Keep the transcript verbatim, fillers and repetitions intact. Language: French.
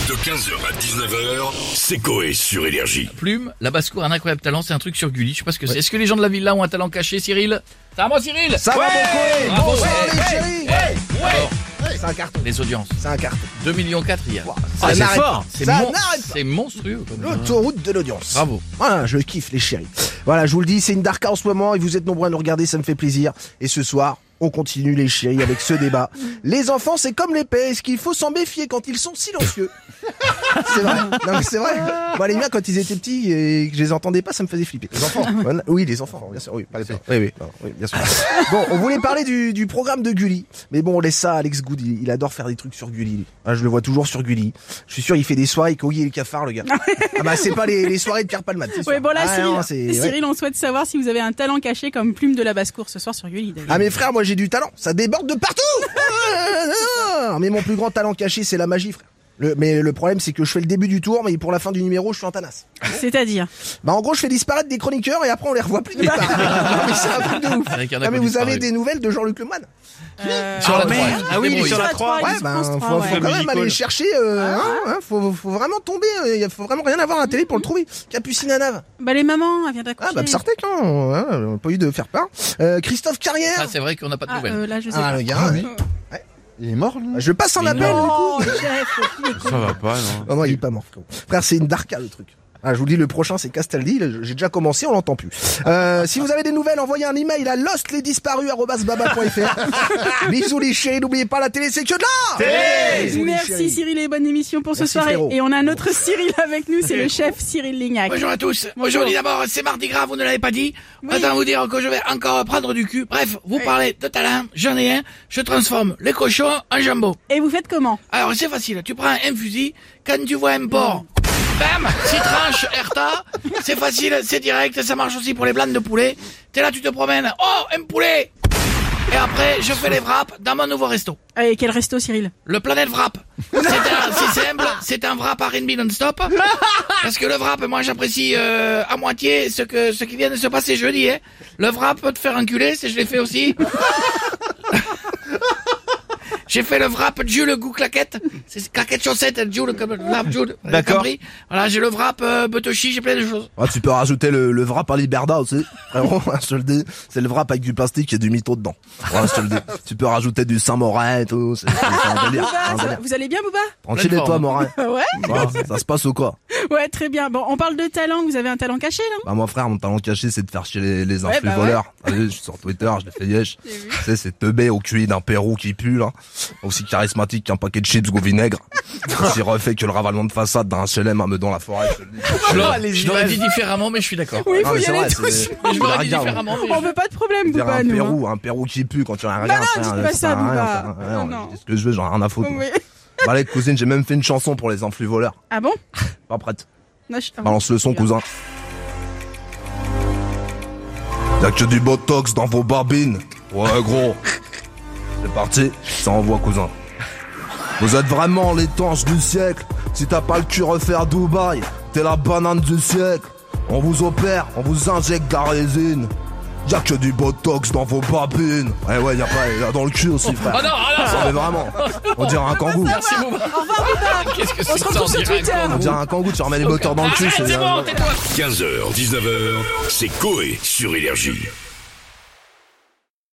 De quinze heures à dix-neuf heures, c'est Coé sur Énergie. Plume, la basse-cour a un incroyable talent, c'est un truc sur Gulli, je sais pas ce que c'est. Est-ce que les gens de la villa ont un talent caché, Cyril? Ça va moi Cyril? Ça va mon Coé? Bravo, Bonsoir ouais, les ouais, chéris. ouais, Alors, ouais. c'est un carton. Les audiences, C'est un carton. deux virgule quatre millions hier. Ça c'est n'arrête fort, pas. c'est, Ça mon- n'arrête pas. c'est monstrueux. Comme L'autoroute de l'audience. Bravo. Voilà, je kiffe les chéris. Voilà, je vous le dis, c'est une darka en ce moment et vous êtes nombreux à nous regarder, ça me fait plaisir. Et ce soir, on continue les chéris avec ce débat. Les enfants, c'est comme l'épée, est-ce qu'il faut s'en méfier quand ils sont silencieux? C'est vrai. Non mais c'est vrai. Moi les miens quand ils étaient petits et que je les entendais pas, ça me faisait flipper. Les enfants. Oui, les enfants, bien sûr. Oui, pas les parents. Oui, oui, non, oui, bien sûr. Bon, on voulait parler du, du programme de Gulli, mais bon, on laisse ça à Alex Good. Il, il adore faire des trucs sur Gulli. Ah, je le vois toujours sur Gulli. Je suis sûr, il fait des soirées avec Oggy et le cafard, le gars. Ah bah c'est pas les, les soirées de Pierre Palmade. C'est sûr. Ouais, bon là, Ah, Cyril, non, c'est- ouais. Cyril, on souhaite savoir si vous avez un talent caché comme Plume de la basse-cour ce soir sur Gulli. David. Ah mes frères, moi j'ai du talent, ça déborde de partout. Ah, mais mon plus grand talent caché, c'est la magie, frère. Le, mais le problème, c'est que je fais le début du tour, mais pour la fin du numéro, je suis en tanasse. C'est-à-dire Bah en gros, je fais disparaître des chroniqueurs et après on les revoit plus nulle part. Non, mais c'est un truc de ouf. Avec un Ah, mais accord vous avez disparu. des nouvelles de Jean-Luc Lemoyne? euh, Sur la ah, droite. merde. Ah oui, il est sur la croix. Ouais, il est ben sur faut, France faut trois, ouais. quand même aller chercher. Euh, Ah. hein, hein, faut, faut vraiment tomber. Il euh, faut vraiment rien avoir à la télé pour le trouver. Capucine à Nave. Bah les mamans, elle vient d'accoucher. Ah bah Psartek, hein, hein, on n'a pas eu de faire part. Euh, Christophe Carrière. Ah, c'est vrai qu'on n'a pas de Ah, nouvelles. euh, là, je sais Ah pas. le gars. ouais. Il est mort, là? Je passe en Mais appel. non. du coup. Oh, chef, il est con. Ça va pas, non. Non, non, il est pas mort, frérot. Frère, c'est une darka, le truc. Ah, je vous le dis, le prochain, c'est Castaldi. Là, j'ai déjà commencé, on l'entend plus. Euh, si vous avez des nouvelles, envoyez un email à lostlesdisparus arobase baba point f r. Bisous les chéris, n'oubliez pas, la télé, c'est que de là! Bisous, les Merci chéris. Cyril et bonne émission pour ce Merci, soir. frérot. Et on a un autre Cyril avec nous, c'est le chef Cyril Lignac. Bonjour à tous. Bonjour. Aujourd'hui d'abord, c'est Mardi Gras, vous ne l'avez pas dit. Autant vous dire que je vais encore prendre du cul. Bref, vous parlez de talent, j'en ai un. Je transforme les cochons en jambon. Et vous faites comment? Alors c'est facile, tu prends un fusil, quand tu vois un porc, bam, s'il tranche Erta, c'est facile, c'est direct, ça marche aussi pour les blancs de poulet. T'es là, tu te promènes, oh, un poulet. Et après, je fais les wraps dans mon nouveau resto. Et quel resto, Cyril? Le Planète Wrap. C'est un- c'est simple, c'est un wrap R and B non-stop. Parce que le wrap, moi j'apprécie euh, à moitié ce que ce qui vient de se passer jeudi. Hein. Le wrap peut te faire enculer, c'est je l'ai fait aussi. J'ai fait le wrap Jules le goût claquette. C'est claquette chaussette, Jules comme le wrap Jules. Vous avez D'accord. compris. Voilà, j'ai le wrap euh, Betoshi, j'ai plein de choses. Ah, tu peux rajouter le, le wrap à Liberda aussi. Vraiment, je te le dis. C'est le wrap avec du plastique et du mytho dedans. Ouais, je te le dis. Tu peux rajouter du Saint-Morin et tout. C'est, c'est un délire. C'est un Bouba, ça va- délire. vous allez bien, Bouba? Tranquille et Pleine toi, forme. Morin. Ouais. Ouais, ça se passe ou quoi? Ouais, très bien. Bon, on parle de talent. Vous avez un talent caché, là? Bah, moi, frère, mon talent caché, c'est de faire chier les, les Ouais, influx bah voleurs. T'as vu, je suis sur Twitter, je l'ai fait yesh. J'ai vu. Tu sais, c'est teubé au cuit d'un Pérou qui pue, là. Aussi charismatique qu'un paquet de chips au vinaigre. Aussi refait que le ravalement de façade d'un H L M à Meudon-la-Forêt, je te le dis. Je l'aurais- je l'aurais dit différemment, mais je suis d'accord. Oui, il Non, faut mais y c'est aller vrai, doucement. c'est- Je l'aurais dit Regarde. différemment. mais On je- veut pas de problème, Dire Bouba, un nous. hein. Pérou, un Pérou qui pue quand tu as rien. Bah non, frère, dis pas sert ça, à rien, Bouba. ça sert à rien. Non, non. C'est ce que je veux, j'en ai rien à foutre. moi. Oui. Bah, allez, cousine, j'ai même fait une chanson pour les influx voleurs. Ah bon? Pas prête. Non, je- Balance le son, cousin. Y'a que du botox dans vos babines. Ouais, gros. C'est parti, ça envoie, cousin. Vous êtes vraiment les tanches du siècle. Si t'as pas le cul refaire Dubaï, t'es la banane du siècle. On vous opère, on vous injecte de la résine. Y'a que du botox dans vos babines. Eh ouais, y'a pas, y'a dans le cul aussi, frère. Oh non, ah non, Ça mais vraiment. On dirait un kangou. merci Bouba. Au revoir, Bouba. Qu'est-ce que On c'est se que ça, retrouve on sur dirait un Twitter. On con. dirait un kangou, tu remets les moteurs dans le cul. Arrête, c'est bon, tais-toi. quinze heures, dix-neuf heures, c'est Coé sur Énergie.